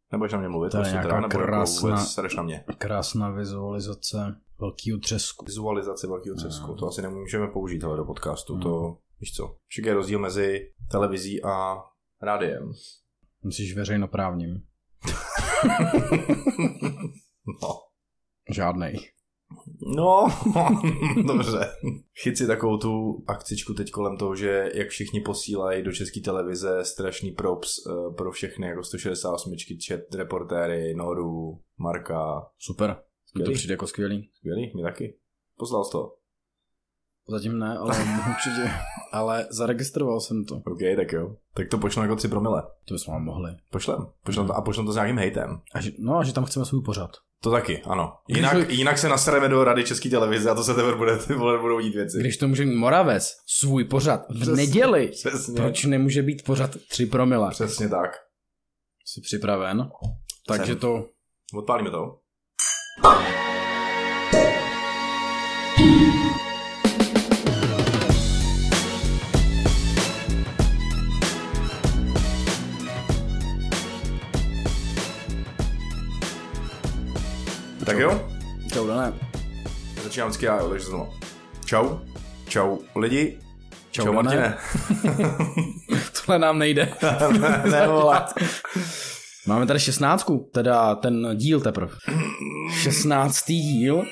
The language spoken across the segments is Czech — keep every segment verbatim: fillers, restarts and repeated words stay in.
Nebudeš na mě mluvit? To je nějaká teda, nebo krásná, vůbec sereš na mě? krásná vizualizace velkýho třesku. Vizualizace velkého třesku. No. To asi nemůžeme použít hele, do podcastu. No. To, víš co, však je rozdíl mezi televizí a rádiem. Myslíš veřejnoprávním? No. Žádnej. No, dobře. Chyť si takovou tu akcičku teď kolem toho, že jak všichni posílají do České televize strašný props uh, pro všechny, jako sto šedesát osm, chat, reportéry, Noru, Marka. Super. Skvělý. To přijde jako skvělý. Skvělý, mi taky. Poslal jsi to? Zatím ne, ale určitě. Ale zaregistroval jsem to. OK, tak jo. Tak to pošlem jako tři promile. To bychom vám mohli. Pošlem. Pošlem to a pošlem to s nějakým hejtem. A že, no a že tam chceme svůj pořad. To taky, ano. Jinak, Když... jinak se nasereme do Rady České televize a to se teprve bude, ty vole, budou dít věci. Když to může mít Moravec, svůj pořad v Přesně. neděli, Přesně. proč nemůže být pořad tři promile? Přesně tak. Jsi připraven? Takže to... Odpálíme to. Tak jo? Čau, Dané. Začínám vždycky já, jo, takže znovu. Čau. Čau lidi. Čau, Čau Martine. Tohle nám nejde. ne, ne, vole. Máme tady šestnáctku, teda ten díl teprve. šestnáctý díl.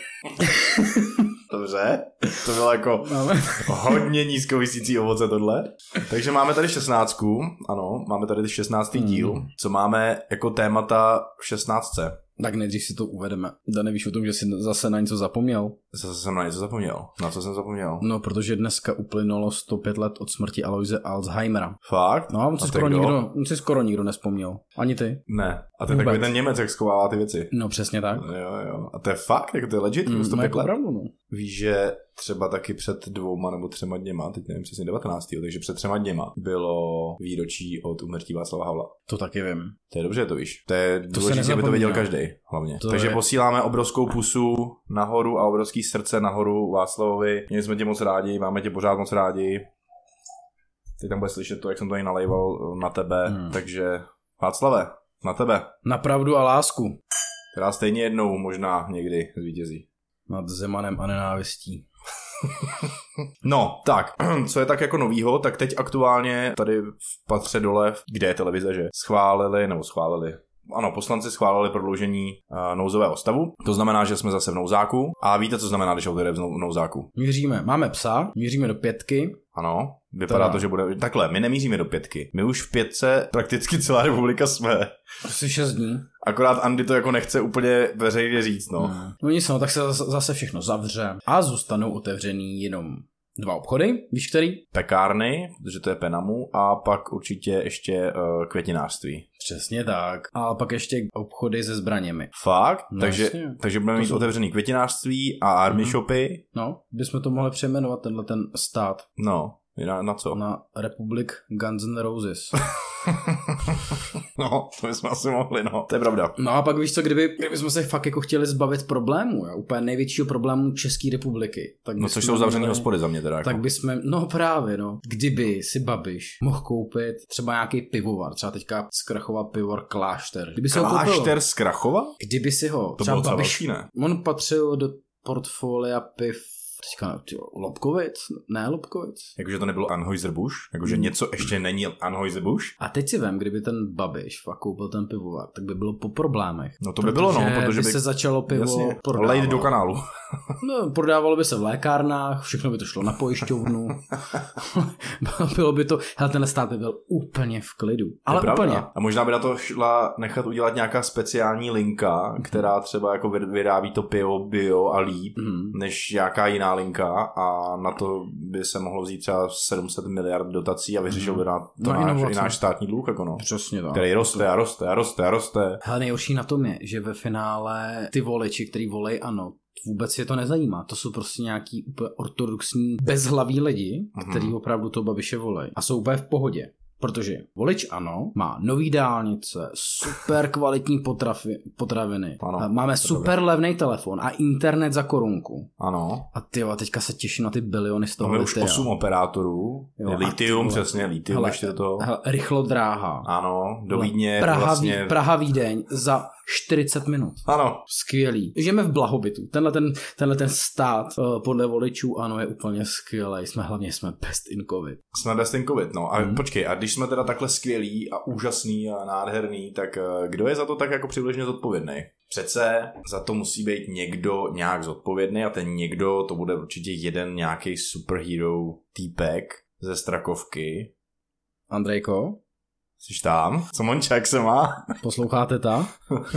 Dobře, to bylo jako máme. hodně nízkovisící ovoce tohle. Takže máme tady šestnáctku, ano, máme tady šestnáctý hmm. díl, co máme jako témata v šestnáctce. Tak nejdřív si to uvedeme. Da, nevíš o tom, že jsi zase na něco zapomněl? Zase jsem na něco zapomněl. Na co jsem zapomněl? No, protože dneska uplynulo sto pět let od smrti Aloise Alzheimera. Fakt? No, on si, skoro nikdo, on si skoro nikdo nespomněl. Ani ty? Ne. A to je takový ten Němec, jak schovává ty věci. No, přesně tak. Jo, jo. A to je fakt? Jako to je legit? Mm, sto pět jako let? pravdu, no. Víš, že třeba taky před dvouma nebo třema dněma, teď nevím přesně devatenáctého takže před třema dněma bylo výročí od úmrtí Václava Havla. To taky vím. To je dobře, to víš. To je to důležité, aby to viděl každý, hlavně. To takže je... posíláme obrovskou pusu nahoru a obrovský srdce nahoru Václavovi. Měli jsme tě moc rádi, máme tě pořád moc rádi. Ty tam budeš slyšet to, jak jsem to tady nalejval na tebe, hmm. takže Václave, na tebe. Na pravdu a lásku. Která stejně jednou možná někdy zvítězí. Nad Zemanem a nenávistí. No, tak, co je tak jako novýho, tak teď aktuálně tady v patře dole, kde je televize, že schválili, nebo schválili, ano, poslanci schválili prodloužení uh, nouzového stavu, to znamená, že jsme zase v nouzáku a víte, co znamená, když auto jde v nouzáku? Míříme, máme psa, míříme do pětky. Ano, vypadá Teda. to, že bude, takhle, my nemíříme do pětky, my už v pětce prakticky celá republika jsme. Asi šest dní. Akorát Andy to jako nechce úplně veřejně říct, no. Hmm. No nic, no, tak se zase všechno zavře a zůstanou otevřený jenom dva obchody, víš který? Pekárny, protože to je Penamu, a pak určitě ještě uh, květinářství. Přesně tak. A pak ještě obchody se zbraněmi. Fakt? No, takže, takže budeme mít jsou... otevřený květinářství a army mm-hmm. shopy. No, bychom to mohli přejmenovat tenhle ten stát. No, na, na co? Na Republic Guns N' Roses. No, to bychom asi mohli, no. To je pravda. No a pak víš co, kdyby, kdybychom se fakt jako chtěli zbavit problému, jo? Úplně největšího problému České republiky. Tak no což jsou zavřený měli... hospody za mě teda. Jako. Tak bychom, no právě, no. Kdyby si Babiš mohl koupit třeba nějaký pivovar, třeba teďka zkrachoval pivovar Klášter. Kdyby si Klášter ho koupil, zkrachoval? Kdyby si ho, to třeba bylo Babiš, velký, ne? On patřil do portfolia piv teďka, tyjo, Lobkovic? Ne, Lobkovic. Jakože to nebylo Anheuser-Busch? Jakože hmm. něco ještě není Anheuser-Busch? A teď si vem, kdyby ten Babiš fakt koupil ten pivovar, tak by bylo po problémech. No to by bylo, no, protože by se začalo pivo prodávat. Lejt do kanálu. No, prodávalo by se v lékárnách, všechno by to šlo na pojišťovnu. Bylo by to, hele, ten stát by byl úplně v klidu. Ale úplně. A možná by na to šla nechat udělat nějaká speciální linka, která třeba jako vyrábí to pivo bio a líp, hmm. než nějaká jiná linka, a na to by se mohlo vzít třeba sedm set miliard dotací a vyřešil by na to no, náš, i náš státní dluh, jako no. Přesně tak. Který roste a roste a roste a roste. Hele, nejhorší na tom je, že ve finále ty voliči, který volej ano, vůbec je to nezajímá. To jsou prostě nějaký úplně ortodoxní bezhlaví lidi, mm-hmm. který opravdu to Babiše volej. A jsou úplně v pohodě. Protože volič ANO má nový dálnice, super kvalitní potrafi, potraviny, ano, máme super levný telefon a internet za korunku. Ano. A tyjo, teďka se těším na ty biliony z toho. Máme už osm operátorů, jo, litium, přesně, litium hele, ještě do toho. Hele, rychlodráha. Ano, do Vídně. Praha, vlastně... Praha Vídeň za čtyřicet minut. Ano. Skvělý. Žijeme v blahobytu. Tenhle ten, tenhle ten stát uh, podle voličů ano je úplně skvělý. Jsme hlavně jsme best in covid. Jsme best in covid, no. A hmm. počkej, a když jsme teda takhle skvělí a úžasný a nádherný, tak uh, kdo je za to tak jako přibližně zodpovědný? Přece za to musí být někdo nějak zodpovědný a ten někdo to bude určitě jeden nějaký superhero týpek ze Strakovky. Andrejko? Jsi tam? Co Mončák se má? Posloucháte ta?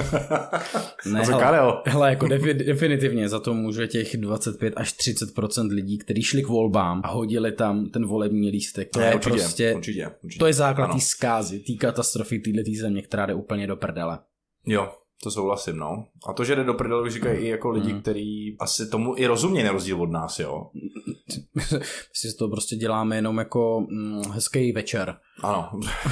Ne, co Karel? Hele, jako defi- definitivně za to může těch dvacet pět až třicet procent lidí, kteří šli k volbám a hodili tam ten volební lístek. To ne, je určitě, prostě, určitě, určitě. To je základ té zkázy, té katastrofy, této země, která jde úplně do prdele. Jo. To souhlasím, no. A to, že jde do prdele, říkají i jako lidi, mm. kteří asi tomu i rozumějí na rozdíl od nás, jo. My si to prostě děláme jenom jako mm, hezký večer. Ano.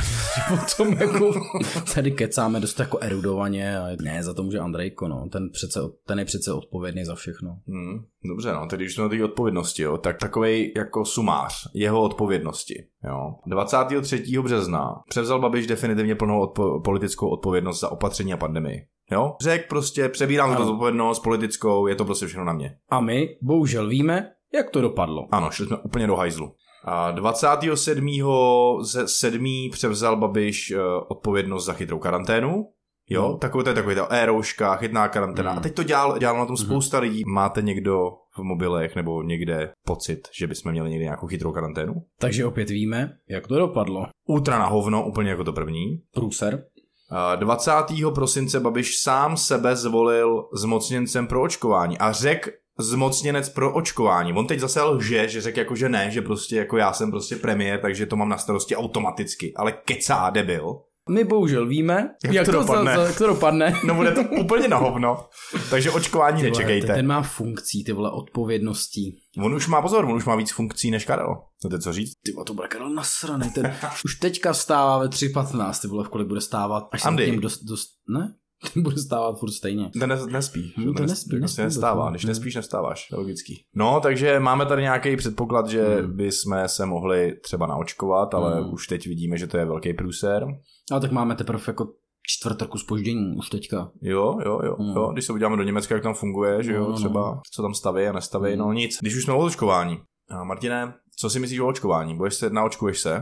Potom jako tady kecáme dost jako erudovaně a ne, za to může Andrejko, no. Ten, přece, ten je přece odpovědný za všechno. Mm, dobře, no. Tedy když jsme na té odpovědnosti, jo, tak takovej jako sumář jeho odpovědnosti, jo. dvacátého třetího března převzal Babiš definitivně plnou odpo- politickou odpovědnost za opatření a pandemii. Jo? Řek prostě, přebírám tu odpovědnost politickou, je to prostě všechno na mě. A my bohužel víme, jak to dopadlo. Ano, šli jsme úplně do hajzlu. A dvacátého sedmého sedmého převzal Babiš uh, odpovědnost za chytrou karanténu. Jo, no. takový to je takový ta érouška, chytná karanténa. Mm. A teď to dělalo, dělalo na tom spousta mm. lidí. Máte někdo v mobilech nebo někde pocit, že bychom měli někdy nějakou chytrou karanténu? Takže opět víme, jak to dopadlo. Ultra na hovno, úplně jako to první. Průser. dvacátého prosince Babiš sám sebe zvolil zmocněncem pro očkování a řekl zmocněnec pro očkování. On teď zase lže, že řekl jako, že ne, že prostě jako já jsem prostě premiér, takže to mám na starosti automaticky, ale kecá debil. My bohužel víme, jak, jak to, to dopadne. Za, za, to dopadne. No bude to úplně na hovno. Takže očkování ty nečekejte. Vole, ten má funkcí, ty vole, odpovědností. On už má pozor, on už má víc funkcí než Karel. To je co říct? Ty vole, to bude Karel nasranej. Ten už teďka vstává ve tři patnáct, ty vole, v kolik bude stávat. Až se tím dost, dost, ne? Ten bude stávat furt stejně. Ten nes, nespí. No, ten nespí, nespí, nespí nestává. Když nespíš, nevstáváš. To je logický. No, takže máme tady nějaký předpoklad, že hmm. bychom se mohli třeba naočkovat, ale hmm. už teď vidíme, že to je velký průser. Ale tak máme teprve jako čtvrt roku zpoždění už teďka. Jo, jo, jo, hmm. jo. Když se podíváme do Německa, jak tam funguje, že jo, no, no, třeba co tam staví a nestaví, hmm. no nic. Když už jsme o očkování. A Martine, co si myslíš o očkování? Budeš se, naočkuješ se?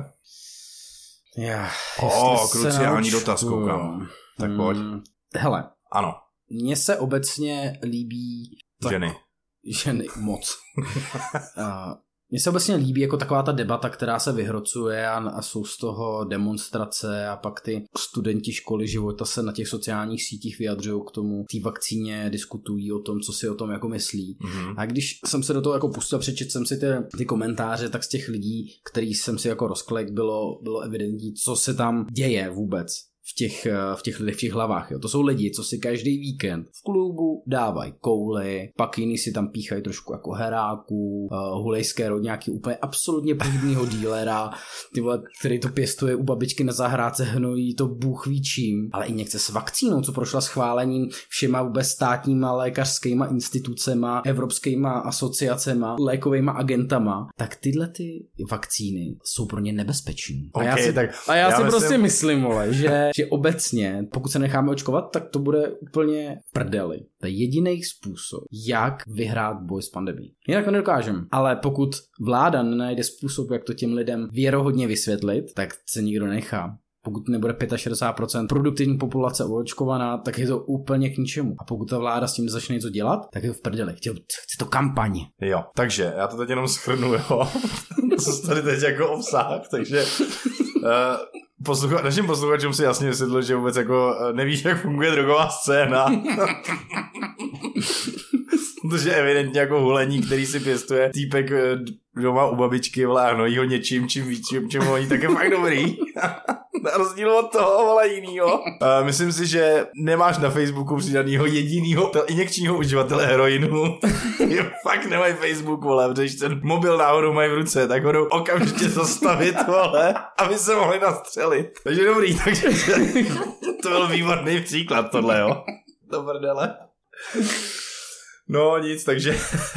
Já, o, kruciální dotaz, koukám. Tak hmm. pojď. Hele. Ano. Mně se obecně líbí... Tak, ženy. Ženy, moc. uh, Mně se obecně líbí jako taková ta debata, která se vyhrocuje a, a jsou z toho demonstrace a pak ty studenti školy života se na těch sociálních sítích vyjadřují k tomu, té vakcíně, diskutují o tom, co si o tom jako myslí. Mm-hmm. A když jsem se do toho jako pustil, přečet jsem si ty, ty komentáře, tak z těch lidí, který jsem si jako rozklek, bylo, bylo evidentní, co se tam děje vůbec. V těch, v těch lidech, v těch hlavách. Jo. To jsou lidi, co si každý víkend v klubu dávají kouly, pak jiný si tam píchají trošku jako heráků, uh, hulejské rod, nějaký úplně absolutně pochybnýho dílera, ty vole, který to pěstuje u babičky na zahrádce, hnojí to bůh ví čím. Ale injekce s vakcínou, co prošla schválením všema vůbec státníma lékařskýma institucema, evropskýma asociacema, lékovýma agentama, tak tyhle ty vakcíny jsou pro ně nebezpečný. Okay, a já si, tak a já já si myslím... prostě myslím, vole, že že obecně, pokud se necháme očkovat, tak to bude úplně prdeli. To je jediný způsob, jak vyhrát boj s pandemií. Jinak to nedokážeme. Ale pokud vláda nenajde způsob, jak to těm lidem věrohodně vysvětlit, tak se nikdo nechá. Pokud nebude šedesát pět procent produktivní populace očkovaná, tak je to úplně k ničemu. A pokud ta vláda s tím začne něco dělat, tak je to v prdeli. Chce, chce to kampaň. Jo, takže já to teď jenom shrnu, jo. Co tady teď jako obsah, takže... Uh... Poslucha- našim posluchačům si jasně vysvětlil, že vůbec jako nevíš, jak funguje drogová scéna. Protože evidentně jako hulení, který si pěstuje týpek doma u babičky, vole, a hnojí ho něčím, čím víc, čím, čím honí, tak je fakt dobrý. Na rozdíl od toho, vole, jinýho. Uh, myslím si, že nemáš na Facebooku přidanýho jedinýho injekčního uživatele heroinu. Fakt nemají Facebook, vole, protože ten mobil náhodou mají v ruce, tak ho jdou okamžitě zastavit, vole, aby se mohli nastřelit. Takže dobrý, takže to byl výborný příklad tohle, jo. Do prdele. No nic, takže...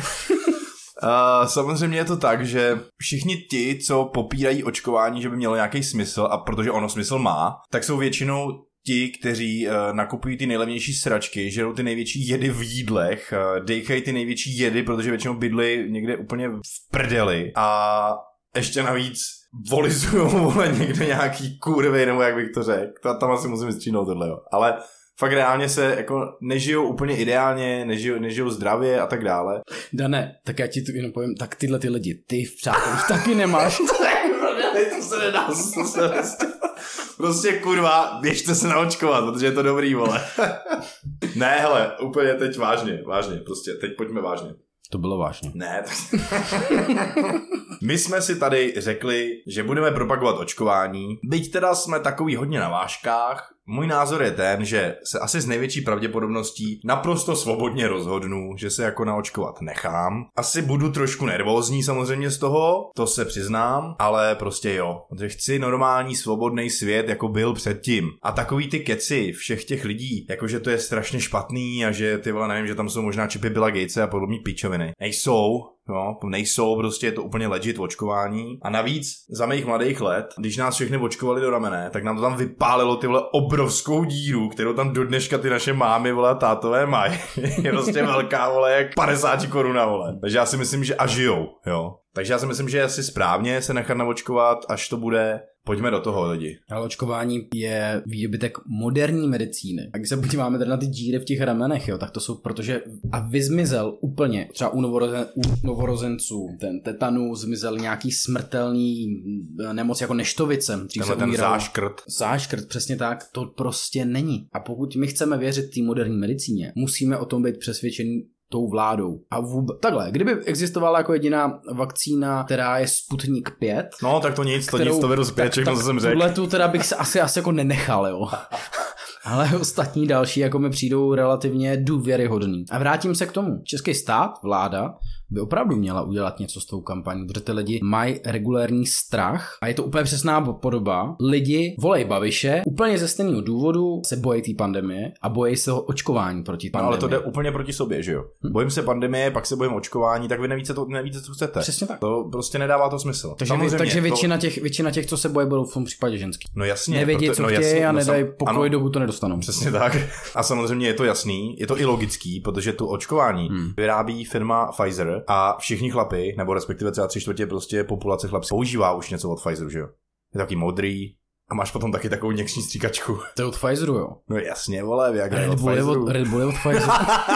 Uh, samozřejmě je to tak, že všichni ti, co popírají očkování, že by mělo nějaký smysl, a protože ono smysl má, tak jsou většinou ti, kteří uh, nakupují ty nejlevnější sračky, žerou ty největší jedy v jídlech, uh, dejchají ty největší jedy, protože většinou bydlí někde úplně v prdeli a ještě navíc volizujou, vole, někde nějaký kurvy, nebo jak bych to řekl. Tam asi musím vystříhnout tohle, jo. Ale fakt reálně se jako nežijou úplně ideálně, nežijou, nežijou zdravě a tak dále. Dane, tak já ti to jenom povím, tak tyhle ty lidi, ty v přátelích taky nemáš. To se nedá, to se nedá. Prostě kurva, běžte se naočkovat, protože je to dobrý, vole. Ne, hele, úplně teď vážně, vážně, prostě teď pojďme vážně. To bylo vážně. Ne, tak... My jsme si tady řekli, že budeme propagovat očkování, byť teda jsme takový hodně na vážkách. Můj názor je ten, že se asi s největší pravděpodobností naprosto svobodně rozhodnu, že se jako naočkovat nechám. Asi budu trošku nervózní samozřejmě z toho, to se přiznám, ale prostě jo, protože chci normální svobodný svět, jako byl předtím. A takový ty keci všech těch lidí, jakože to je strašně špatný a že ty vole, nevím, že tam jsou možná čipy Billa Gatese a podobný pičoviny. Nejsou. Jo, nejsou, prostě je to úplně legit očkování. A navíc za mých mladých let, když nás všechny očkovali do ramene, tak nám to tam vypálilo ty vole obrovskou díru, kterou tam do dneška ty naše mámy, vole, tátové mají. Je prostě velká, vole, jak padesát koruna, vole. Takže já si myslím, že a žijou, jo. Takže já si myslím, že je asi správně se nechat naočkovat, až to bude. Pojďme do toho, lidi. Ale očkování je výdobytek moderní medicíny. A když se podíváme tady na ty díry v těch ramenech, jo, tak to jsou, protože a vyzmizel úplně, třeba u, novorozen, u novorozenců, ten tetanus, zmizel nějaký smrtelný nemoc jako neštovice. Tenhle ten záškrt. Záškrt, přesně tak, to prostě není. A pokud my chceme věřit té moderní medicíně, musíme o tom být přesvědčení tou vládou. A vůbec... Takhle, kdyby existovala jako jediná vakcína, která je Sputnik pět... No, tak to nic, to kterou, nic, to virus pět, všechno, co jsem řekl. Tuhle tu teda bych se asi, asi jako nenechal, jo. Ale ostatní další jako mi přijdou relativně důvěryhodný. A vrátím se k tomu. Český stát, vláda, by opravdu měla udělat něco s tou kampaní, protože ty lidi mají regulérní strach a je to úplně přesná podoba. Lidi volej Babiše, úplně ze stejného důvodu se bojí té pandemie a bojí se ho očkování proti pandemii. No, ale to jde úplně proti sobě, že jo? Hm. Bojím se pandemie, pak se bojím očkování, tak vy nevíte, to, nevíte, co chcete. Přesně tak. To prostě nedává to smysl. Takže, vy, takže většina, to... těch, většina těch, co se bojí, budou v tom případě ženský. No jasně. Nevědí, proto, co no, chtějí jasně, a no, nedají sam... pokoj, dokud to nedostanou. Přesně tak. A samozřejmě je to jasný, je to i logický, protože tu očkování hmm. vyrábí firma Pfizer a všichni chlapi, nebo respektive třeba tři čtvrtě prostě populace chlapů používá už něco od Pfizeru, že jo? Je taky modrý a máš potom taky takovou injekční stříkačku. To je od Pfizeru, jo? No jasně, vole, Viagra Red od Pfizeru. Red Bull je od Pfizeru.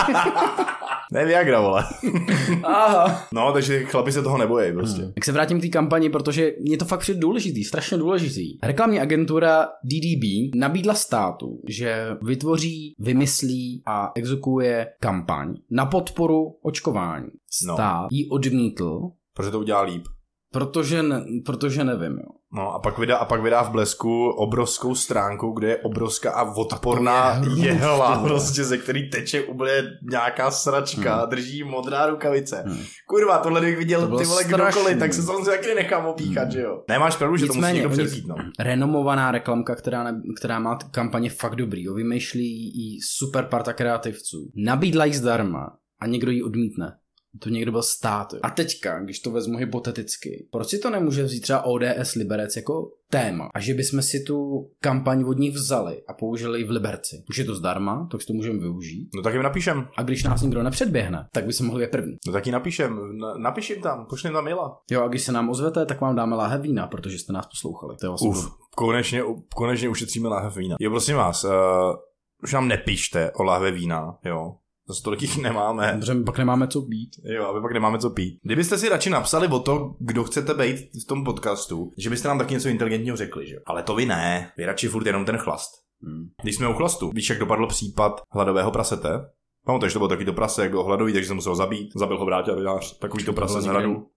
Ne Viagra, vole. Aha. No, takže chlapi se toho nebojí prostě. Hmm. Tak se vrátím k té kampani, protože je to fakt přijde důležitý, strašně důležitý. Reklamní agentura D D B nabídla státu, že vytvoří, vymyslí a exekuje kampaň na podporu očkování. Stát no. ji odmítl. Protože to udělá líp. Protože, ne, protože nevím, jo. No a pak vydá, a pak vydá v Blesku obrovskou stránku, kde je obrovská a odporná je jehla, prostě, ze který teče úplně nějaká sračka, hmm. drží modrá rukavice. Hmm. Kurva, tohle kdybych viděl to ty vole kdokoliv, tak se samozřejmě taky nechám opíchat, hmm. že jo. Nemáš pravdu, že nicméně, to musí někdo převzít, no. Renomovaná reklamka, která, ne, která má kampaně fakt dobrý, jo, vymýšlí jí super parta kreativců. Nabídla jí zdarma a někdo ji odmítne. To někdo byl stát. Jo. A teďka, když to vezmu hypoteticky, proč si to nemůže vzít třeba O D S Liberec jako téma? A že bychom si tu kampaň od nich vzali a použili ji v Liberci. Už je to zdarma, tak si to můžeme využít. No tak jim napíšem. A když nás nikdo nepředběhne, tak by se mohli být první. No tak ji napíšem. Napiš jim tam, pošli tam maila. Jo, a když se nám ozvete, tak vám dáme láhev vína, protože jste nás poslouchali. To je vlastně Uf, konečně, konečně ušetříme láhev vína. Jo, prosím vás, uh, už nám nepíšte o láhve vína, jo. Zase tolik jich nemáme. Dobře, my pak nemáme co pít. Jo, a my pak nemáme co pít. Kdybyste si radši napsali o to, kdo chcete být v tom podcastu, že byste nám taky něco inteligentního řekli, že? Ale to vy ne. Vy radši furt jenom ten chlast. Hmm. Když jsme u chlastu, víš, jak dopadl případ hladového prasete? Pamatuješ, to bylo taky to prase, jak bylo hladový, takže se musel zabít. Zabil ho vrátil, takový to prase z hradu.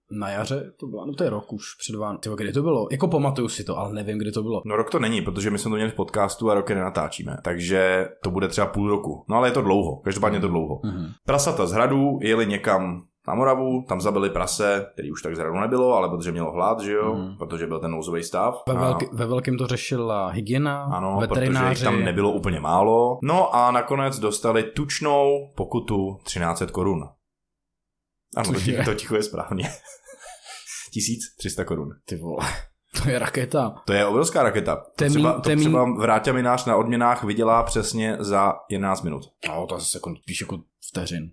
Na jaře to bylo, no to je rok už před Vánoci. Kdy to bylo? Jako pamatuju si to, ale nevím, kdy to bylo. No rok to není, protože my jsme to měli v podcastu a roky nenatáčíme, takže to bude třeba půl roku. No ale je to dlouho, každopádně je to dlouho. Mm-hmm. Prasata z hradu jeli někam na Moravu, tam zabili prase, který už tak z hradu nebylo, ale protože mělo hlad, že jo, mm. protože byl ten nouzový stav. Ve, a... velký, ve velkém to řešila hygiena, ano, veterináři. Protože jich tam nebylo úplně málo. No a nakonec dostali tučnou pokutu třináct set korun. Ano, to, ticho, to ticho je správně. tisíc tři sta korun. Ty vole, to je raketa. To je obrovská raketa. To Temí, třeba, to temí... třeba Vráťa Minář na odměnách vydělá přesně za jedenáct minut. No, to je zase jako, píš jako vteřin.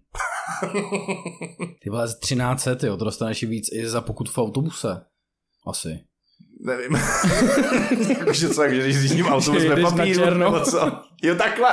Ty vole, z třináct set, jo, to dostaneš i víc i za pokud v autobuse. Asi. Nevím. Jakože co, když jezdím autobus ve papíru, nebo co? Jo, takhle.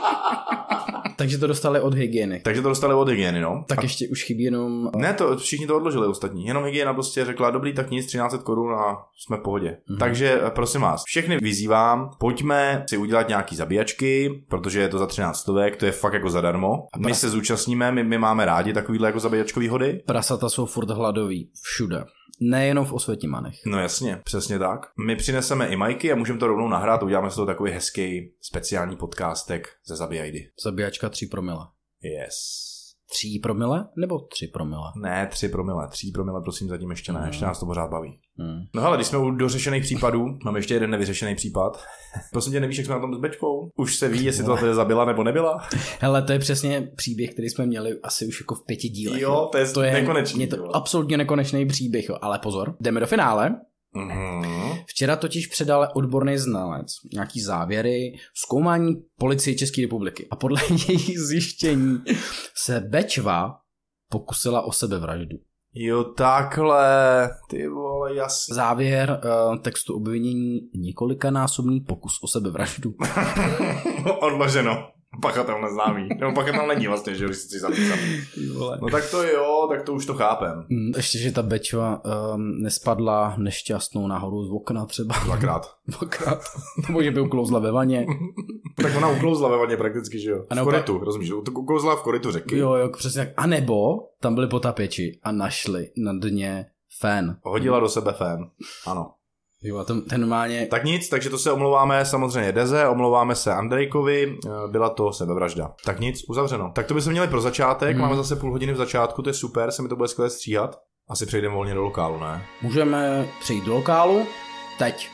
Takže to dostali od hygieny. Takže to dostali od hygieny, no. Tak a... ještě už chybí jenom... Ne, to všichni to odložili ostatní. Jenom hygiena prostě řekla, dobrý, tak nic, třináct set korun a jsme v pohodě. Mm-hmm. Takže prosím vás, všechny vyzývám, pojďme si udělat nějaký zabíjačky, protože je to za třináct stovek, to je fakt jako zadarmo. Pras... My se zúčastníme, my, my máme rádi takovýhle jako zabíjačkový hody. Prasata jsou furt hladoví, všude. Nejenom v Osvětimanech. No jasně, přesně tak. My přineseme i majky a můžeme to rovnou nahrát, uděláme si to takový hezký speciální podcastek ze Zabijajdy. Zabíjačka tři promile. Yes. Tři promile nebo tři promile? Ne, tři promile. Tři promile, prosím, zatím ještě ne. Hmm. Ještě nás to pořád baví. Hmm. No hele, když jsme u dořešených případů, mám ještě jeden nevyřešený případ. Prosím tě, nevíš, jak jsme na tom s Bečkou? Už se ví, jestli to tady zabila nebo nebyla? Hele, to je přesně příběh, který jsme měli asi už jako v pěti dílech. Jo, to je, to je nekonečný. Je to absolutně nekonečný příběh, jo. Ale pozor, jdeme do finále. Mm-hmm. Včera totiž předal odborný znalec nějaký závěry zkoumání policie České republiky a podle jejich zjištění se Bečva pokusila o sebevraždu. Jo, takhle, ty vole, jasně. Závěr uh, textu obvinění několikanásobný pokus o sebevraždu. Odloženo. Pachatel neznámý. Nebo pachatel není vlastně, že když si zapísat. No tak to jo, tak to už to chápem. Ještě, že ta Bečva um, nespadla nešťastnou nahoru z okna třeba. Dvakrát. Dvakrát. Nebo že by uklouzla ve vaně. Tak ona uklouzla ve vaně prakticky, že jo. V korytu, rozumíš? Uklouzla v korytu řeky. Jo, jo, přesně tak. A nebo tam byli potapěči a našli na dně fén. Hodila do sebe fén, ano. Jo, a ten, ten normálně... Tak nic, takže to se omlouváme samozřejmě Deze, omlouváme se Andrejkovi, byla to sebevražda. Tak nic, uzavřeno. Tak to bychom měli pro začátek, hmm. máme zase půl hodiny v začátku, to je super, se mi to bude skvěle stříhat. Asi přejdeme volně do lokálu, ne? Můžeme přejít do lokálu, teď.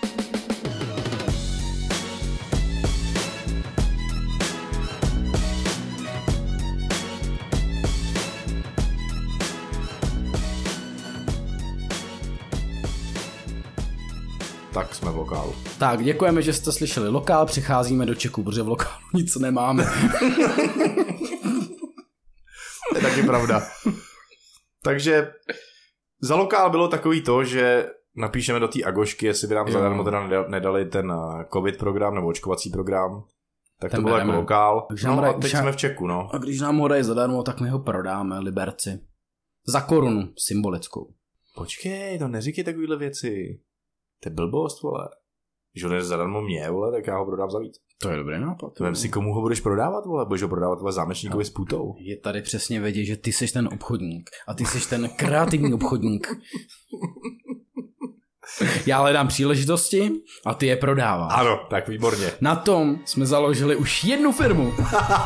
Tak jsme v lokálu. Tak, děkujeme, že jste slyšeli lokál, přicházíme do Čeku, protože v lokálu nic nemáme. To je taky pravda. Takže za lokál bylo takový to, že napíšeme do té Agošky, jestli by nám zadarmo teda nedali ten covid program nebo očkovací program. Tak ten to bylo jako lokál. No a teď jsme v Čeku, no. A když nám ho dají zadarmo, tak my ho prodáme Liberci. Za korunu symbolickou. Počkej, to neříkej takovýhle věci. To je blbost, vole. Když ho jdeš zadarmo mě, vole, tak já ho prodám za víc. To je dobrý nápad. Vem si, komu ho budeš prodávat, vole. Budeš ho prodávat, vole, zámečníkovi s putou. Je tady přesně vědět, že ty jsi ten obchodník. A ty jsi ten kreativní obchodník. Já hledám příležitosti a ty je prodáváš. Ano, tak výborně. Na tom jsme založili už jednu firmu.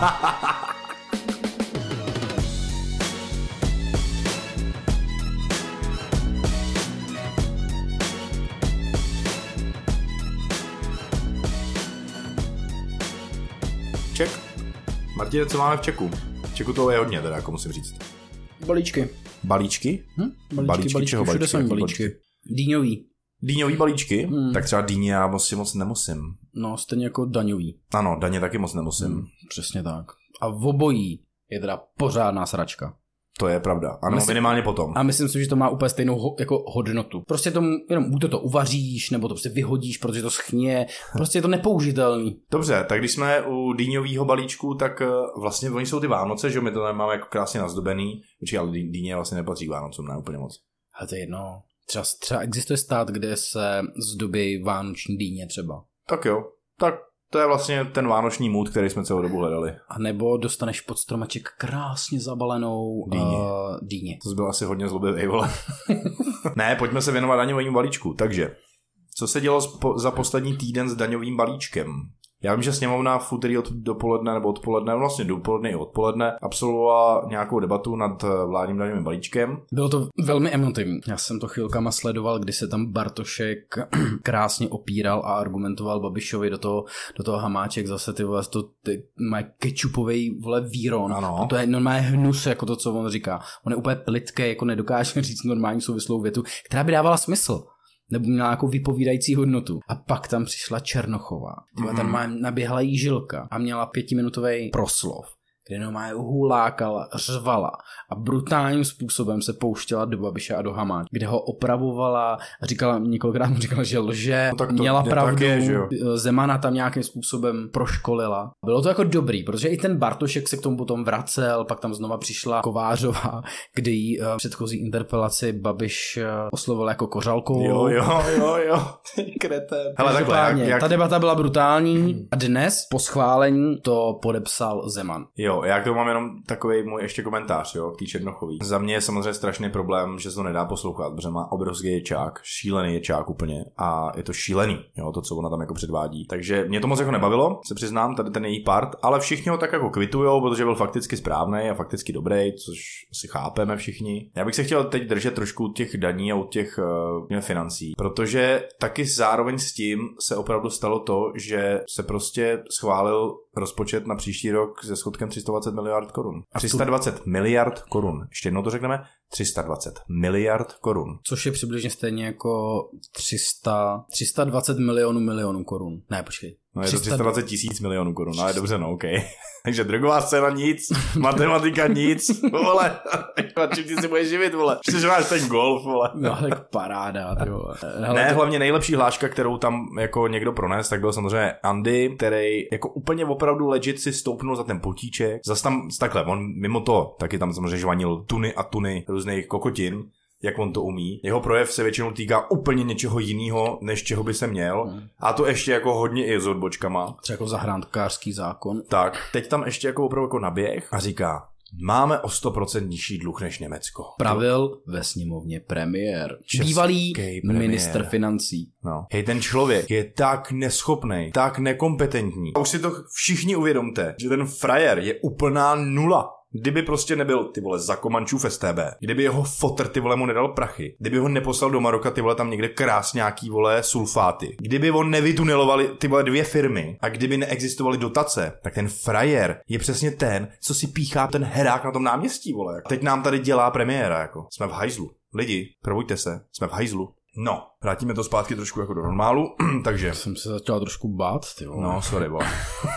Ček. Martine, co máme v Čeku? V Čeku toho je hodně, teda, jako musím říct. Balíčky. Balíčky? Hm? Balíčky, balíčky, balíčky, čeho všude balíčky? jsou balíčky. Dýňový. Dýňový balíčky? Hmm. Tak třeba dýně já moc, moc nemusím. No, stejně jako daňový. Ano, daně taky moc nemusím. Hmm, přesně tak. A v obojí je teda pořádná sračka. To je pravda. Ano, myslím, minimálně potom. A myslím si, že to má úplně stejnou ho, jako hodnotu. Prostě tomu jenom buď to, to uvaříš, nebo to prostě vyhodíš, protože to schně. Prostě je to nepoužitelný. Dobře, tak když jsme u dýňového balíčku, tak vlastně oni jsou ty Vánoce, že my to máme jako krásně nazdobený. Určitě, ale dýně vlastně nepatří k Vánocům, ne úplně moc. Ale to je jedno. Třeba, třeba existuje stát, kde se zdobí vánoční dýně třeba. Tak jo, tak To je vlastně ten vánoční mood, který jsme celou dobu hledali. A nebo dostaneš pod stromeček krásně zabalenou dýně. Uh, dýně. To byl asi hodně zlobivý, vole. Ne, pojďme se věnovat daňovému balíčku. Takže, co se dělo za poslední týden s daňovým balíčkem? Já vím, že sněmovna v úterý od dopoledne nebo odpoledne, vlastně dopoledne i odpoledne, absolvovala nějakou debatu nad vládním daňovým balíčkem. Bylo to velmi emotivní. Já jsem to chvilkama sledoval, kdy se tam Bartošek krásně opíral a argumentoval Babišovi do toho, do toho Hamáček zase ty vole, to ty, má kečupovej vole víron. Ano. A to je normálně hnus, jako to, co on říká. On je úplně plytký, jako nedokáže říct normální souvislou větu, která by dávala smysl. Nebo měla nějakou vypovídající hodnotu. A pak tam přišla Černochová. Mm-hmm. Tam má, naběhla jí žilka a měla pětiminutový proslov, kde normálně hulákala, řvala a brutálním způsobem se pouštěla do Babiše a do Hamáčka, kde ho opravovala a říkala, několikrát mu říkala, že lže, no, měla pravdu, je, Zemana tam nějakým způsobem proškolila. Bylo to jako dobrý, protože i ten Bartošek se k tomu potom vracel, pak tam znova přišla Kovářová, kdy jí v předchozí interpelaci Babiš oslovil jako kořalkou. Jo, jo, jo, jo, kretén. Hele, takhle, jak, jak... Ta debata byla brutální a dnes po schválení to podepsal Zeman. Jo, já k tomu mám jenom takový můj ještě komentář, jo, k té Černochový. Za mě je samozřejmě strašný problém, že se to nedá poslouchat, protože má obrovský ječák, šílený ječák úplně a je to šílený, jo, to, co ona tam jako předvádí. Takže mě to moc jako nebavilo, se přiznám, tady ten její part, ale všichni ho tak jako kvitujou, protože byl fakticky správný a fakticky dobrý, což si chápeme všichni. Já bych se chtěl teď držet trošku těch daní a od těch uh, financí, protože taky zároveň s tím se opravdu stalo to, že se prostě schválil rozpočet na příští rok se schodkem tři sta dvacet miliard korun. tři sta dvacet miliard korun. Ještě jednou to řekneme. tři sta dvacet miliard korun. Což je přibližně stejně jako tři sta, tři sta dvacet milionů milionů korun. Ne, počkej. No je to tři sta dvacet tisíc milionů korun, ale dobře, no, okej. Okay. Takže drogová scéna nic, matematika nic, vole, čím ty si budeš živit, vole, že máš ten golf, vole. No, tak paráda, ty vole. Hele, ne, to... hlavně nejlepší hláška, kterou tam jako někdo prones, tak byl samozřejmě Andy, který jako úplně opravdu legit si stoupnul za ten potíček, zas tam takhle, on mimo to taky tam samozřejmě žvanil tuny a tuny různých kokotin, jak on to umí. Jeho projev se většinou týká úplně něčeho jiného, než čeho by se měl. Hmm. A to ještě jako hodně i s odbočkama. Třeba jako zahrádkářský zákon. Tak, teď tam ještě jako opravdu jako naběh a říká, máme o sto procent nižší dluh než Německo. Pravil ve sněmovně premiér. Bývalý ministr financí. No. Hej, ten člověk je tak neschopnej, tak nekompetentní. A už si to všichni uvědomte, že ten frajer je úplná nula. Kdyby prostě nebyl, ty vole, za Komančův S T B, kdyby jeho fotr, ty vole, mu nedal prachy, kdyby ho neposlal do Maroka, ty vole, tam někde krás nějaký, vole, sulfáty, kdyby on nevytunelovali, ty vole, dvě firmy a kdyby neexistovaly dotace, tak ten frajer je přesně ten, co si píchá ten herák na tom náměstí, vole. Teď nám tady dělá premiéra, jako. Jsme v hajzlu. Lidi, probuďte se, jsme v hajzlu. No, vrátíme to zpátky trošku jako do normálu, takže... Jsem se začal trošku bát, ty vole. No, sorry, vole.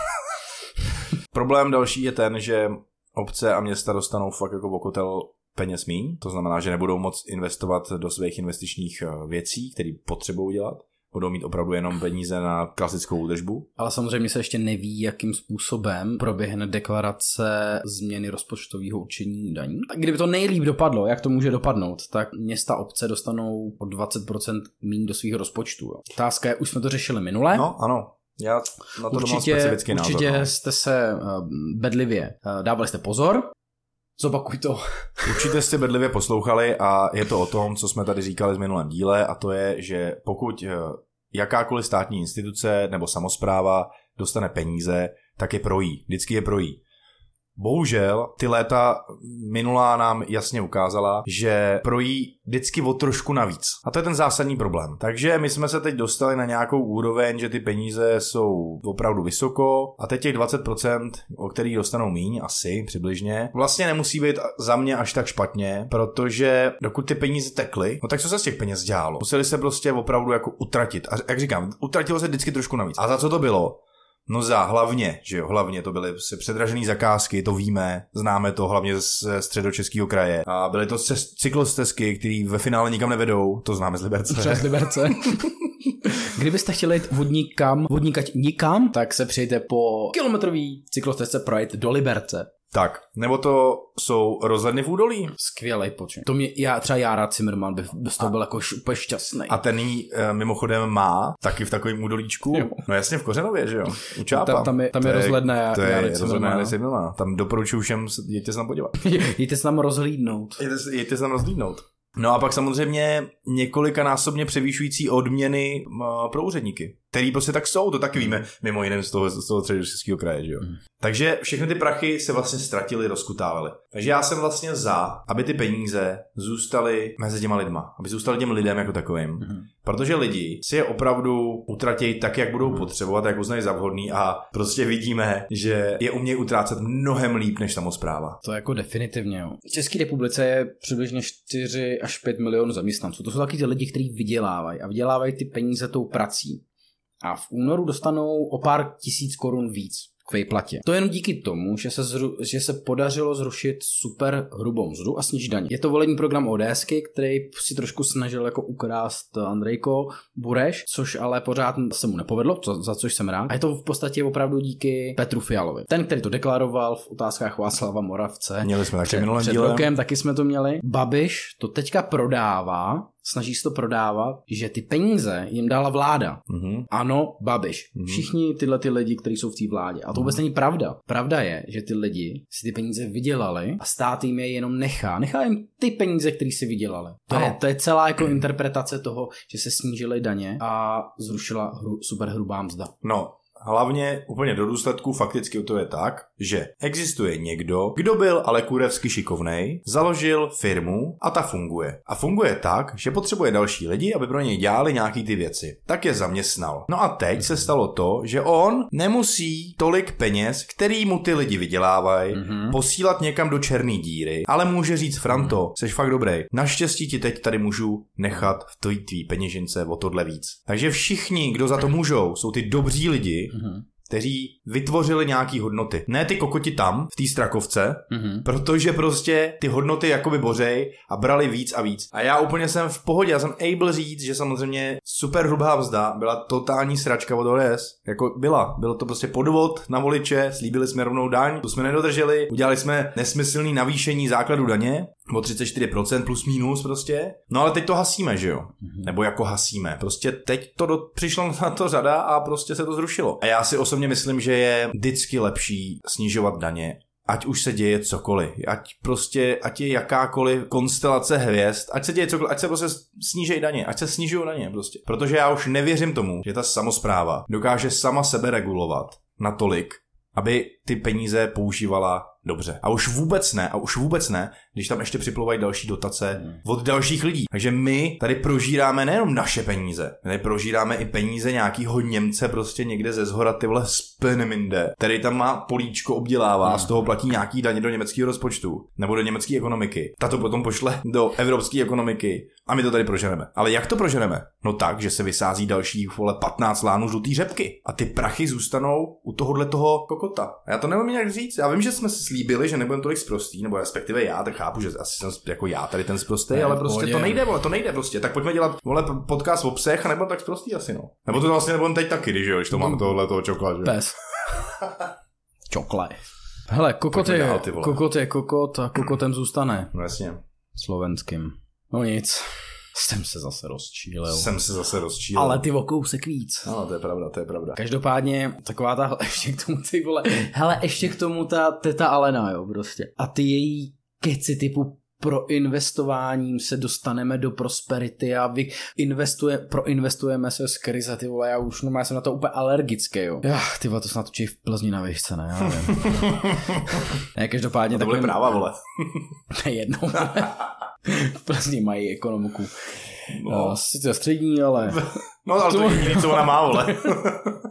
Problém další je ten, že obce a města dostanou fakt jako okotel peněz míň, to znamená, že nebudou moc investovat do svých investičních věcí, které potřebují dělat. Budou mít opravdu jenom peníze na klasickou údržbu. Ale samozřejmě se ještě neví, jakým způsobem proběhne deklarace změny rozpočtového určení daní. A kdyby to nejlíp dopadlo, jak to může dopadnout, tak města obce dostanou o dvacet procent míň do svých rozpočtů. Otázka je, už jsme to řešili minule. No, ano. Já na to určitě, mám specifický názor. Určitě no. jste se uh, bedlivě uh, dávali jste pozor. Zopakuj to. Určitě jste bedlivě poslouchali a je to o tom, co jsme tady říkali v minulém díle, a to je, že pokud uh, jakákoliv státní instituce nebo samospráva dostane peníze, tak je projí. Vždycky je projí. Bohužel, ty léta minulá nám jasně ukázala, že projí vždycky o trošku navíc. A to je ten zásadní problém. Takže my jsme se teď dostali na nějakou úroveň, že ty peníze jsou opravdu vysoko a teď těch dvacet procent, o kterých dostanou míň, asi přibližně, vlastně nemusí být za mě až tak špatně, protože dokud ty peníze tekly, no tak co se z těch peněz dělalo? Museli se prostě opravdu jako utratit. A jak říkám, utratilo se vždycky trošku navíc. A za co to bylo? No za hlavně, že jo, hlavně to byly předražené zakázky, to víme, známe to hlavně ze Středočeského kraje. A byly to cyklostezky, které ve finále nikam nevedou, to známe z Liberce. Třeba z Liberce. Kdybyste chtěli jít vodníkam, vodníkať nikam, tak se přijďte po kilometrový cyklostezce projet do Liberce. Tak, nebo to jsou rozhledny v údolí. Skvělej počin. To mě, já, třeba Jára Cimrman by z toho byl jako úplně šťastný. A ten jí e, mimochodem má taky v takovém údolíčku. Jo. No jasně v Kořenově, že jo? U Čápa. Ta, tam je, tam je rozhledné To je rozhledné Járy Cimrmana. Tam doporučuji všem, jděte se tam podívat. Jděte se tam rozhlídnout. Jděte, jděte se tam rozhlídnout. No a pak samozřejmě několikanásobně převýšující odměny pro úředníky, který prostě tak jsou, to taky víme, mimo jiné z toho, z toho Středočeského kraje, že jo. Mm. Takže všechny ty prachy se vlastně ztratily, rozkutávaly. Takže já jsem vlastně za, aby ty peníze zůstaly mezi těma lidma, aby zůstaly těm lidem jako takovým. Mm. Protože lidi si je opravdu utratí tak, jak budou potřebovat, jak uznají za vhodný a prostě vidíme, že je umějí utrácet mnohem líp než samospráva. To jako definitivně, jo. V České republice je přibližně čtyři až pět milionů zaměstnanců. To jsou taky ty lidi, kteří vydělávají a vydělávají ty peníze tou prací. A v únoru dostanou o pár tisíc korun víc k výplatě. To je jen díky tomu, že se, zru, že se podařilo zrušit super hrubou mzdu a snížit daně. Je to volební program ODSky, který si trošku snažil jako ukrást Andrejko Bureš, což ale pořád se mu nepovedlo, co, za což jsem rád. A je to v podstatě opravdu díky Petru Fialovi. Ten, který to deklaroval v otázkách Václava Moravce. Měli jsme taky minulým dílem. Před rokem taky jsme to měli. Babiš to teďka prodává, snaží se to prodávat, že ty peníze jim dala vláda. Mm-hmm. Ano, Babiš. Mm-hmm. Všichni tyhle ty lidi, kteří jsou v té vládě. A to vůbec není pravda. Pravda je, že ty lidi si ty peníze vydělali a stát jim je jenom nechá. Nechá jim ty peníze, které si vydělali. To, je, to je celá jako interpretace toho, že se snížily daně a zrušila hru, super hrubá mzda. No. Hlavně úplně do důsledku fakticky to je tak, že existuje někdo, kdo byl ale kurevsky šikovnej, založil firmu a ta funguje. A funguje tak, že potřebuje další lidi, aby pro něj dělali nějaký ty věci. Tak je zaměstnal. No a teď se stalo to, že on nemusí tolik peněz, který mu ty lidi vydělávají, mm-hmm. posílat někam do černé díry, ale může říct: Franto, mm-hmm. seš fakt dobrý. Naštěstí ti teď tady můžu nechat v tvý tvý peněžence o tohle víc. Takže všichni, kdo za to můžou, jsou ty dobří lidi, mm-hmm. kteří vytvořili nějaký hodnoty. Ne ty kokoti tam, v té Strakovce, mm-hmm. protože prostě ty hodnoty jakoby bořej a brali víc a víc. A já úplně jsem v pohodě, já jsem able říct, že samozřejmě super hrubá mzda byla totální sračka od O D S. Jako byla. Bylo to prostě podvod na voliče, slíbili jsme rovnou daň, tu jsme nedodrželi, udělali jsme nesmyslný navýšení základu daně o třicet čtyři procent plus minus prostě. No ale teď to hasíme, že jo? Mm-hmm. Nebo jako hasíme. Prostě teď to do, přišlo na to řada a prostě se to zrušilo. A já si osobně myslím, že je vždycky lepší snižovat daně, ať už se děje cokoliv. Ať prostě, ať je jakákoliv konstelace hvězd, ať se děje cokoliv, ať se prostě snížej daně, ať se snižují daně prostě. Protože já už nevěřím tomu, že ta samospráva dokáže sama sebe regulovat natolik, aby ty peníze používala dobře. A už vůbec ne, a už vůbec ne, když tam ještě připlouvají další dotace hmm. od dalších lidí. Takže my tady prožíráme nejenom naše peníze, my tady prožíráme i peníze nějakýho Němce prostě někde ze zhora, ty vole Speneminde, který tam má políčko, obdělává hmm. a z toho platí nějaký daně do německého rozpočtu nebo do německé ekonomiky. Ta to potom pošle do evropské ekonomiky a my to tady proženeme. Ale jak to proženeme? No tak, že se vysází další vole patnáct lánů žlutý řepky a ty prachy zůstanou u tohohle toho kokota. A já to nevím jak říct. Já vím, že jsme si slíbili, že nebudeme tolik sprostý, nebo respektive já, tak chápu, že asi jsem jako já tady ten sprostý, ne, ale prostě pohodě. to nejde, vole, to nejde prostě. Tak pojďme dělat vole podcast o psech a nebudeme tak sprostý asi, no. Nebo to vlastně nebudeme teď taky, když jo, když to mám tohle toho čokla, že? Pes. Čokle. Hele, kokot je, dál, kokot je kokot a kokotem zůstane. No jasně. Slovenským. No nic. Jsem se zase rozčílil. Jsem se zase rozčílil. Ale ty o kousek víc. No, to je pravda, to je pravda. Každopádně, taková ta, ještě k tomu ty vole, hele, ještě k tomu ta teta Alena, jo, prostě. A ty její keci typu pro investováním se dostaneme do prosperity a vy investuje, proinvestujeme se z krize, ty vole, já už no, já jsem na to úplně alergický, jo. Já, ty vole, to snad točí v Plzni na výšce, ne, já nevím. Ne, každopádně to byly práva, vole. Ne, jednou, v Plzni mají ekonomiku. No. Uh, sice střední, ale... No, ale to je jediný, co ona má, vole.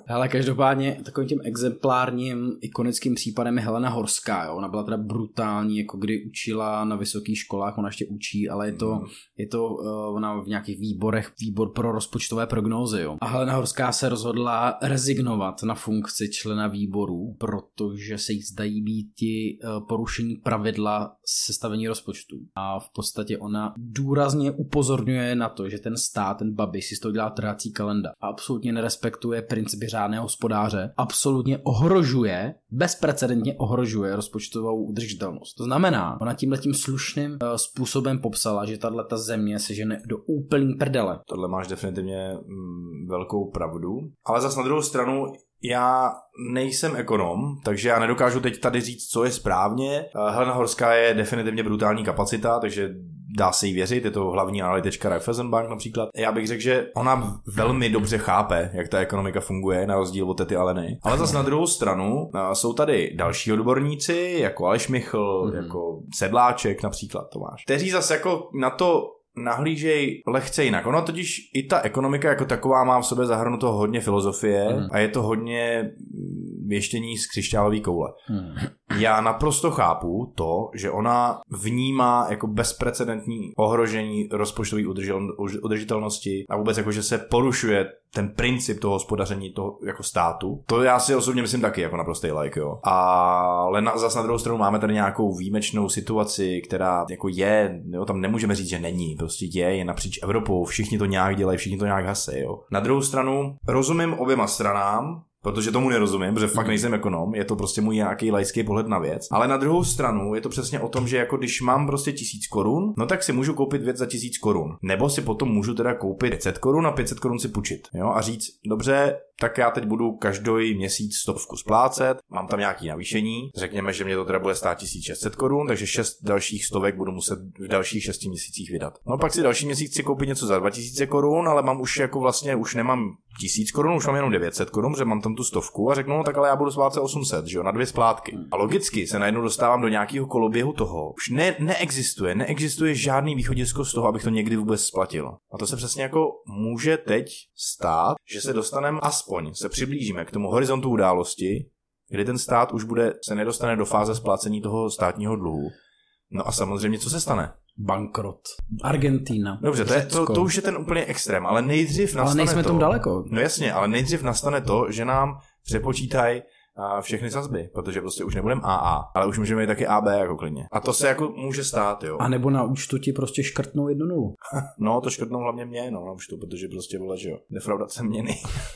Hele, každopádně takovým tím exemplárním ikonickým případem je Helena Horská, jo. Ona byla teda brutální, jako kdy učila na vysokých školách, ona ještě učí, ale je to, mm. je to uh, ona v nějakých výborech, výbor pro rozpočtové prognózy, jo. A Helena Horská se rozhodla rezignovat na funkci člena výboru, protože se jí zdají být ti uh, porušení pravidla sestavení rozpočtu. A v podstatě ona důrazně upozorňuje na to, že ten stát, ten Babiš si z toho dělá trhací kalendář a absolutně nerespektuje principy řádného hospodáře, absolutně ohrožuje, bezprecedentně ohrožuje rozpočtovou udržitelnost. To znamená, ona tímhletím slušným uh, způsobem popsala, že tato země se žene do úplný prdele. Tohle máš definitivně mm, velkou pravdu, ale zas na druhou stranu já nejsem ekonom, takže já nedokážu teď tady říct, co je správně. Helena Horská je definitivně brutální kapacita, takže dá se jí věřit, je to hlavní analytička Raiffeisenbank například. Já bych řekl, že ona velmi dobře chápe, jak ta ekonomika funguje, na rozdíl od tety Aleny. Ale zase na druhou stranu jsou tady další odborníci, jako Aleš Michl, mm-hmm. jako Sedláček například, Tomáš, kteří zase jako na to nahlížej lehce jinak. Ono totiž i ta ekonomika jako taková má v sobě zahrnuto hodně filozofie mm. a je to hodně věštění z křišťálové koule. Mm. Já naprosto chápu to, že ona vnímá jako bezprecedentní ohrožení rozpočtové udržitelnosti a vůbec jako, že se porušuje ten princip toho hospodaření toho jako státu. To já si osobně myslím taky jako naprostý like, jo. Ale na, zase na druhou stranu máme tady nějakou výjimečnou situaci, která jako je, jo, tam nemůžeme říct, že není, prostě je, je napříč Evropou, všichni to nějak dělají, všichni to nějak hasí, jo. Na druhou stranu rozumím oběma stranám, protože tomu nerozumím, protože fakt nejsem ekonom, je to prostě můj nějaký laický pohled na věc. Ale na druhou stranu je to přesně o tom, že jako když mám prostě tisíc korun, no tak si můžu koupit věc za tisíc korun. Nebo si potom můžu teda koupit pět set korun a pět set korun si půjčit. Jo? A říct, dobře, tak já teď budu každý měsíc stovku splácet, mám tam nějaký navýšení, řekněme, že mě to teda bude stát tisíc šest set korun, takže šest dalších stovek budu muset v dalších šesti měsících vydat. No pak si další měsíc si koupit něco za dva tisíce korun, ale mám už jako vlastně, už nemám tisíc korun, už mám jenom devět set korun, že mám tam tu stovku a řeknu, no tak ale já budu splácet osm set, že jo, na dvě splátky. A logicky se najednou dostávám do nějakého koloběhu toho. Už ne, neexistuje, neexistuje žádný východisko z toho, abych to někdy vůbec splatil. A to se přesně jako může teď stát, že se dostaneme aspoň, se přiblížíme k tomu horizontu události, kdy ten stát už bude, se nedostane do fáze splácení toho státního dluhu. No a samozřejmě, co se stane? Bankrot. Argentína. Dobře, to, je, to, to už je ten úplně extrém, ale nejdřív nastane to... Ale nejsme to, tom daleko. No jasně, ale nejdřív nastane to, že nám přepočítají všechny sazby, protože prostě už nebudeme á á, ale už můžeme jít taky á bé jako klidně. A to se jako může stát, jo. A nebo na účtu ti prostě škrtnou jednu nulu. No, to škrtnou hlavně mě, no, na účtu, protože prostě vole, že jo, defraudace měny.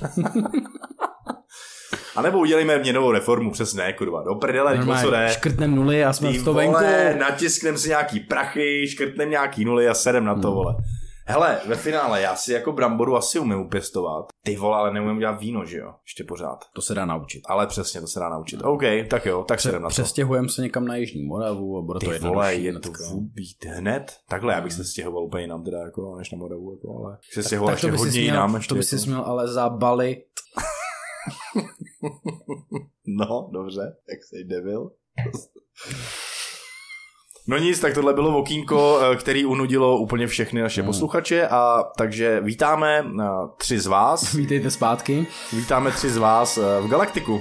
A nebo udělejme měnovou reformu, přesně, kurva, do prdele, no, co jde. Škrtnem nuly a jsme v to venku. Natisknem si nějaký prachy, škrtnem nějaký nuly a sedem na to, hmm. vole. Hele, ve finále, já si jako bramboru asi umím upěstovat. Ty vole, ale neumím dělat víno, že jo? Ještě pořád. To se dá naučit. Ale přesně, to se dá naučit. OK, tak jo, tak se jdem na to. Přestěhujeme se někam na Jižní Moravu a bude to jednodušší. Ty vole, je to být hned? Takhle, já bych se stěhoval úplně jinam teda, jako, než na Moravu, jako, ale se stěhoval ještě hodně jinam. To by si směl ale zabalit. No, dobře, jak sej devil. No nic, tak tohle bylo okýnko, který unudilo úplně všechny naše hmm. posluchače a takže vítáme tři z vás. Vítejte zpátky. Vítáme tři z vás v Galaktiku.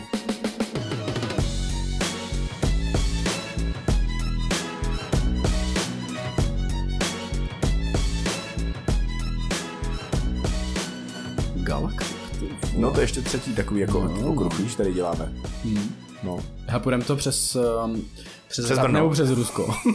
Galaktiku. No to je ještě třetí takový jako no, okruh, víš, tady děláme. Hmm. No. A půjdeme to přes... Um... Přes, přes nebo přes Rusko? uh,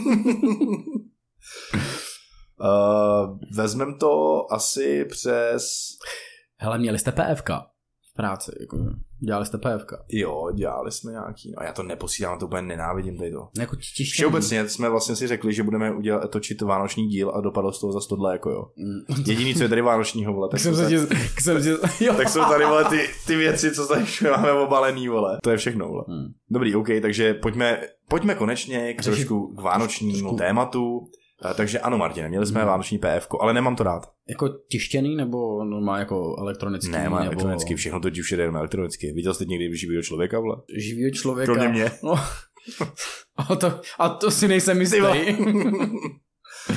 vezmem to asi přes... Hele, měli jste P F K v práci, jako, dělali jste P F K. Jo, dělali jsme nějaký, no já to neposílám, to úplně nenávidím tady to. Jako všeobecně jsme vlastně si řekli, že budeme udělat, točit vánoční díl a dopadlo z toho za stodle, jako jo. Mm. Jediný, co je tady vánočního, vole, tak, jsem jsou, tady, jsem tě, tak jsou tady, vole, ty, ty věci, co tady máme obalený, vole. To je všechno, vole. Mm. Dobrý, OK, takže pojďme, pojďme konečně k trošku k vánočnímu trošku. tématu. Takže ano, Martine, měli jsme hmm. vánoční P F ko, ale nemám to rád. Jako tištěný nebo normálně jako elektronický? Ne, má nebo... elektronický, všechno to všude jenom elektronicky. Viděl jsi někdy živýho člověka, vole? Živýho člověka? Kromě mě. No. a, to, a to si nejsem jistý.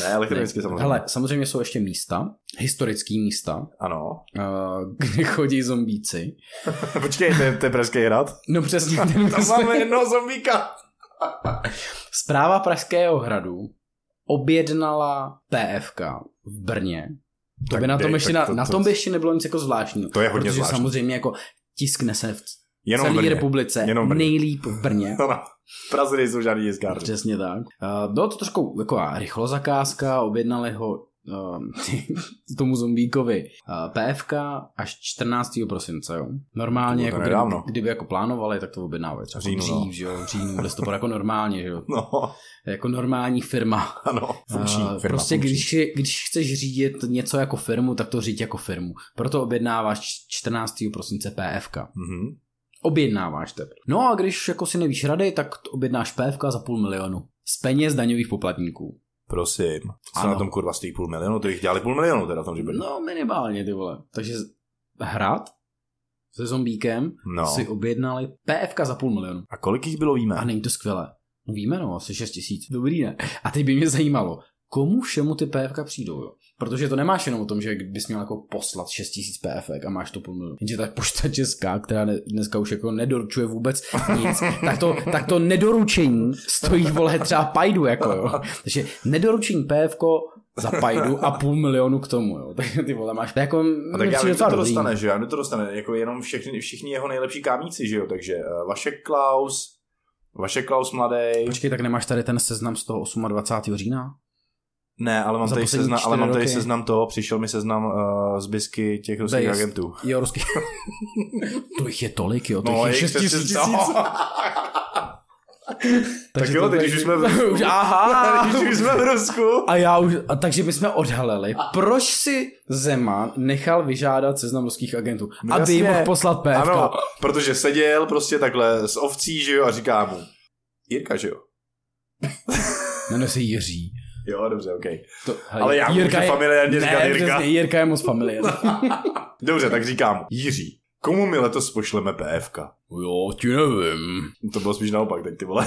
Ne, elektronicky ne. samozřejmě. Hele, samozřejmě jsou ještě místa, historický místa. Ano. Uh, kde chodí zombíci. Počkej, to je, to je Pražský hrad? No přesně. Ten Tam máme jednoho zombíka. Správa Pražského hradu objednala P F K v Brně. To by na tom, ještě, na, to, na tom by ještě nebylo nic jako zvláštního. To je hodně protože zvláštní. samozřejmě jako tiskne se v Jenom celé v republice Jenom v nejlíp v Brně. No, no. V Praze nejsou žádný tiskárny. Přesně tak. Uh, bylo to trošku jako rychlo zakázka, objednali ho uh, tomu zombíkovi uh, P F K až čtrnáctého prosince. Jo. Normálně, jako kdyby, kdyby jako plánovali, tak to objednávali třeba říjnu, dřív, no. že jo, v říjnu, listopad jako normálně, že jo. No. Jako normální firma. Ano, funkční uh, firma. Prostě funkční. Když, když chceš řídit něco jako firmu, tak to říď jako firmu. Proto objednáváš čtrnáctého prosince P F K. Mhm. Objednáváš teprve. No a když jako si nevíš rady, tak objednáš P F K za půl milionu. Z peněz daňových poplatníků. Prosím. Co Ano. na tom kurva stojí půl milionu? To jich dělali půl milionu teda v tom případě. No minimálně, ty vole. Takže hrad se zombíkem No. si objednali P F K za půl milionu. A kolik jich bylo, víme? A není to skvělé. No víme, no, asi šest tisíc. Dobrý, ne? A teď by mě zajímalo, komu všemu ty P F K přijdou, jo? Protože to nemáš jenom o tom, že bys měl jako poslat šest tisíc P F K a máš to půl milionu. Jenže ta pošta česká, která ne, dneska už jako nedoručuje vůbec nic, tak to, tak to nedoručení stojí, vole, třeba pajdu, jako jo. Takže nedoručení P F K za pajdu a půl milionu k tomu, jo. Takže ty vole máš, jako... A tak já vím, to dostane, že jo, to dostane, jako jenom všichni, všichni jeho nejlepší kámíci, že jo, takže uh, Vašek Klaus, Vašek Klaus mladej. Počkej, tak nemáš tady ten seznam z toho dvacátého osmého října? Ne, ale mám Za tady poslední seznam, ale čtyři mám tady roky. seznam toho, přišel mi seznam uh, z bisky těch ruských Bejst. agentů. Jo, ruský. To jich je tolik, jo, to No, jich je je šest tisíc. Tak jo, teď už jsme v Rusku. Už, aha. Teď už jsme v Rusku. A já už, a takže bychom odhalili, proč si Zeman nechal vyžádat seznam ruských agentů, No aby jim jasně. mohl poslat P F K. Ano, protože seděl prostě takhle s ovcí, že jo, a říká mu, Jirka, že jo? Jmenuje se Jiří. Jo, dobře, okej. To, hej, Ale já můžu familiárně říkat ne, Jirka. Přesně, Jirka je moc familiární. Dobře, tak říkám, Jiří, komu my letos pošleme P F K? Jo, ti nevím. To bylo spíš naopak, teď ty vole.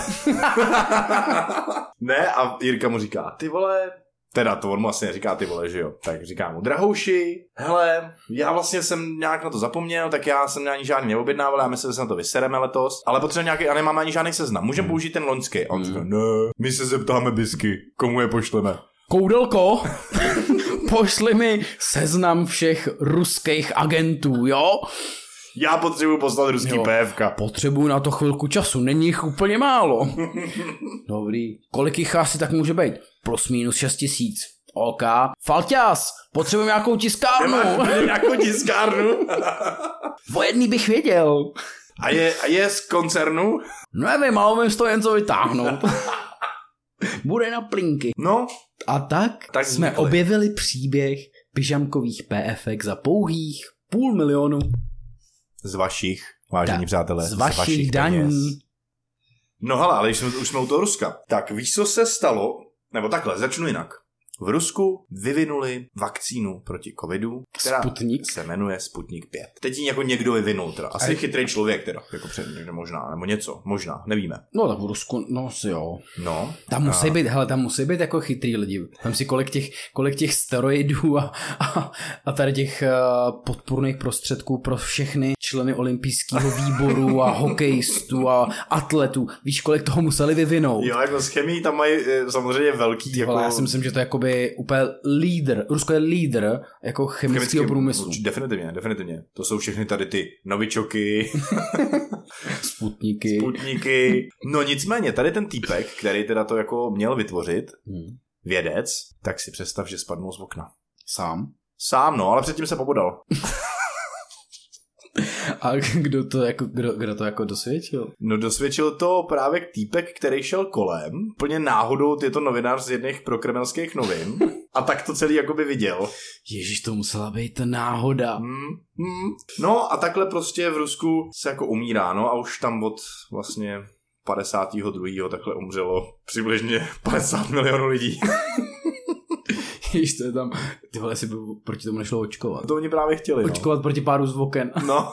Ne, a Jirka mu říká, ty vole, teda to on mu asi neříká ty vole, že jo. Tak říká mu, drahouši, hele, já vlastně jsem nějak na to zapomněl, tak já jsem ani žádný neobjednával, já myslím, že se na to vysereme letos, ale potřebujeme nějaký, a nemáme ani žádný seznam, můžeme použít ten loňský. A on říká, ne, my se zeptáme bisky, komu je pošleme. Koudelko, pošli mi seznam všech ruských agentů, jo? Já potřebuji poslat ruský Jo. P F K. Potřebuju na to chvilku času, není jich úplně málo. Dobrý. Kolik jich asi tak může být? Plus minus šest tisíc. OK. Falťas, potřebuji nějakou tiskárnu. Nějakou tiskárnu. O jedný bych věděl. A je, a je z koncernu? Nevím, ale umím z toho jen co vytáhnout. Bude na plinky. No, A tak, Tak jsme vznikly. objevili příběh pyžamkových P F K za pouhých půl milionu z vašich, vážení Da- přátelé, z vašich daní. peněz. No hele, ale když jsme, už jsme u toho Ruska, tak víš, co se stalo? Nebo takhle, začnu jinak. V Rusku vyvinuli vakcínu proti covidu, která Sputnik. se jmenuje Sputnik pět. Teď ji jako někdo vyvinul, teda. Asi A- chytrý člověk, teda. Jako před někde možná, nebo něco, možná, nevíme. No tak v Rusku, no si jo. No. Tam musí být, hele, tam musí být jako chytrý lidi. Tam si kolik těch, kolik těch steroidů a, a, a tady těch uh, podpůrných prostředků pro všechny členy olympijského výboru a hokejistů a atletů. Víš, kolik toho museli vyvinout? Jo, jako s chemií tam mají eh, samozřejmě velký, Ty jako... vole, já si myslím, že to je jakoby úplně lídr. Rusko je lídr jako chemického chemický průmyslu. určitě, Definitivně, definitivně. To jsou všechny tady ty novičoky, Sputniky. sputníky. No nicméně, tady ten týpek, který teda to jako měl vytvořit, Hmm. vědec, tak si představ, že spadnul z okna. Sám. Sám, no, ale předtím se pobodal. A kdo to jako, kdo, kdo to jako dosvědčil? No dosvědčil to právě týpek, který šel kolem. Plně náhodou je to novinář z jedných prokremelských novin. A tak to celý jakoby viděl. Ježíš, to musela být náhoda. Hmm, hmm. No a takhle prostě v Rusku se jako umírá, no a už tam od vlastně padesátého druhého takhle umřelo přibližně padesát milionů lidí. Ježíš, to je tam, ty vole, si by proti tomu nešlo očkovat. To oni právě chtěli, no. Očkovat proti páru z oken. No.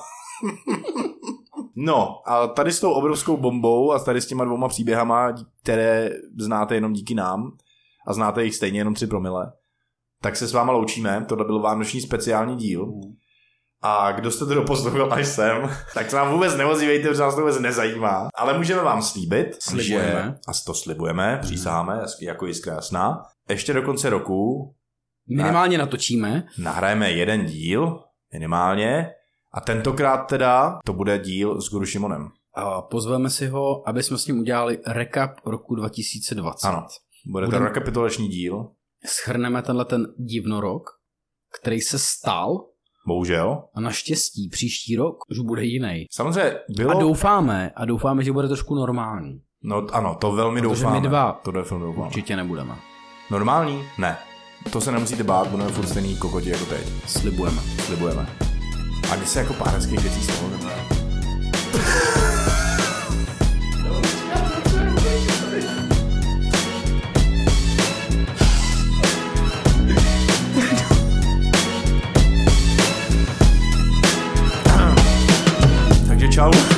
No a tady s tou obrovskou bombou a tady s těma dvouma příběhama, které znáte jenom díky nám, a znáte jich stejně jenom tři promile, tak se s váma loučíme, tohle byl vánoční speciální díl. Mm. A kdo jste to doposlouchal až sem, tak se nám vůbec neozývejte, protože nás to vůbec nezajímá. Ale můžeme vám slíbit, slibujeme. Že, a to slibujeme, přísaháme, jako jiskra jasná. Ještě do konce roku minimálně na, natočíme. Nahrajeme jeden díl, minimálně. A tentokrát teda to bude díl s Guru Šimonem. A pozveme si ho, aby jsme s ním udělali recap roku dva tisíce dvacet. Ano, bude Budem... to rekapitulační díl. Shrneme tenhle ten divnorok, který se stal. Bohužel. A naštěstí příští rok už bude jiný. Samozřejmě bylo... A doufáme, a doufáme, že bude trošku normální. No ano, to velmi Protože doufáme. my dva to doufáme. určitě nebudeme. Normální? Ne. To se nemusíte bát, budeme furt stejný kokoti jako teď. Slibujeme. Slibujeme. A když se jako pár hezkých věcí stalo, nebo... Takže čau.